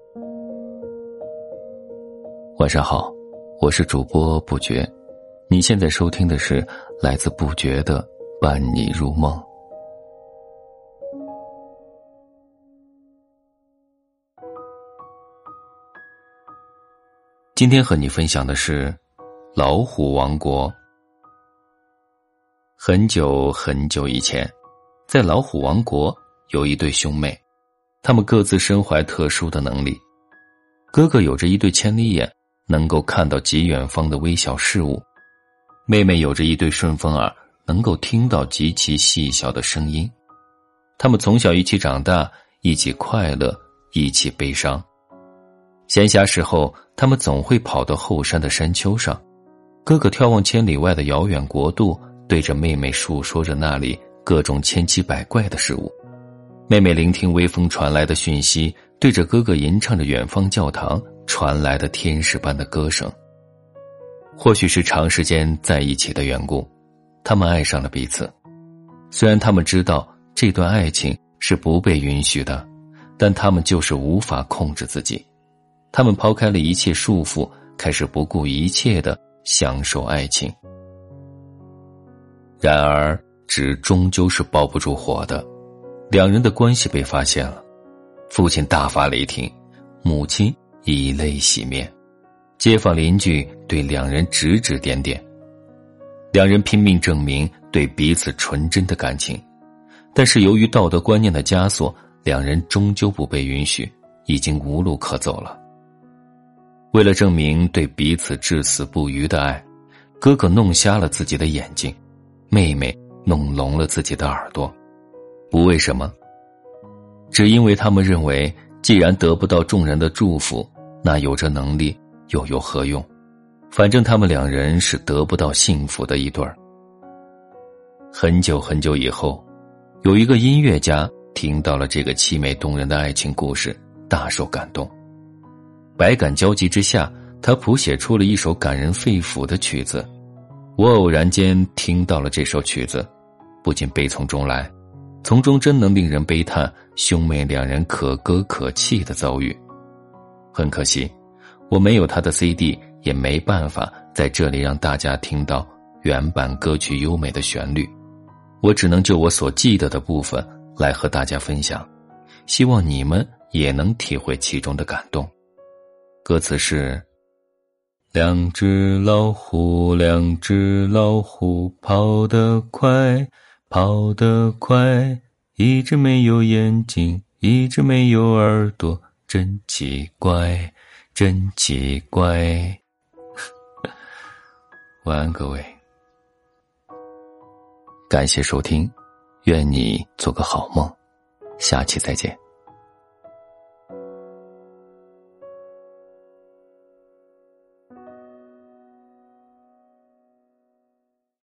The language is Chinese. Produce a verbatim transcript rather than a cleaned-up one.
晚上好，我是主播不觉，你现在收听的是来自不觉的伴你入梦。今天和你分享的是老虎王国。很久很久以前，在老虎王国有一对兄妹，他们各自身怀特殊的能力。哥哥有着一对千里眼，能够看到极远方的微小事物；妹妹有着一对顺风耳，能够听到极其细小的声音。他们从小一起长大，一起快乐，一起悲伤。闲暇时候，他们总会跑到后山的山丘上，哥哥眺望千里外的遥远国度，对着妹妹述说着那里各种千奇百怪的事物。妹妹聆听微风传来的讯息，对着哥哥吟唱着远方教堂传来的天使般的歌声。或许是长时间在一起的缘故，他们爱上了彼此。虽然他们知道这段爱情是不被允许的，但他们就是无法控制自己。他们抛开了一切束缚，开始不顾一切地享受爱情。然而纸终究是包不住火的，两人的关系被发现了。父亲大发雷霆，母亲以泪洗面，街坊邻居对两人指指点点。两人拼命证明对彼此纯真的感情，但是由于道德观念的枷锁，两人终究不被允许，已经无路可走了。为了证明对彼此至死不渝的爱，哥哥弄瞎了自己的眼睛，妹妹弄聋了自己的耳朵。不为什么，只因为他们认为既然得不到众人的祝福，那有着能力又有何用？反正他们两人是得不到幸福的一对儿。很久很久以后，有一个音乐家听到了这个凄美动人的爱情故事，大受感动。百感交集之下，他谱写出了一首感人肺腑的曲子。我偶然间听到了这首曲子，不禁悲从中来，从中真能令人悲叹兄妹两人可歌可泣的遭遇。很可惜，我没有他的 C D， 也没办法在这里让大家听到原版歌曲优美的旋律，我只能就我所记得的部分来和大家分享，希望你们也能体会其中的感动。歌词是：两只老虎，两只老虎，跑得快，跑得快，一只没有眼睛，一只没有耳朵，真奇怪，真奇怪。晚安各位，感谢收听，愿你做个好梦，下期再见。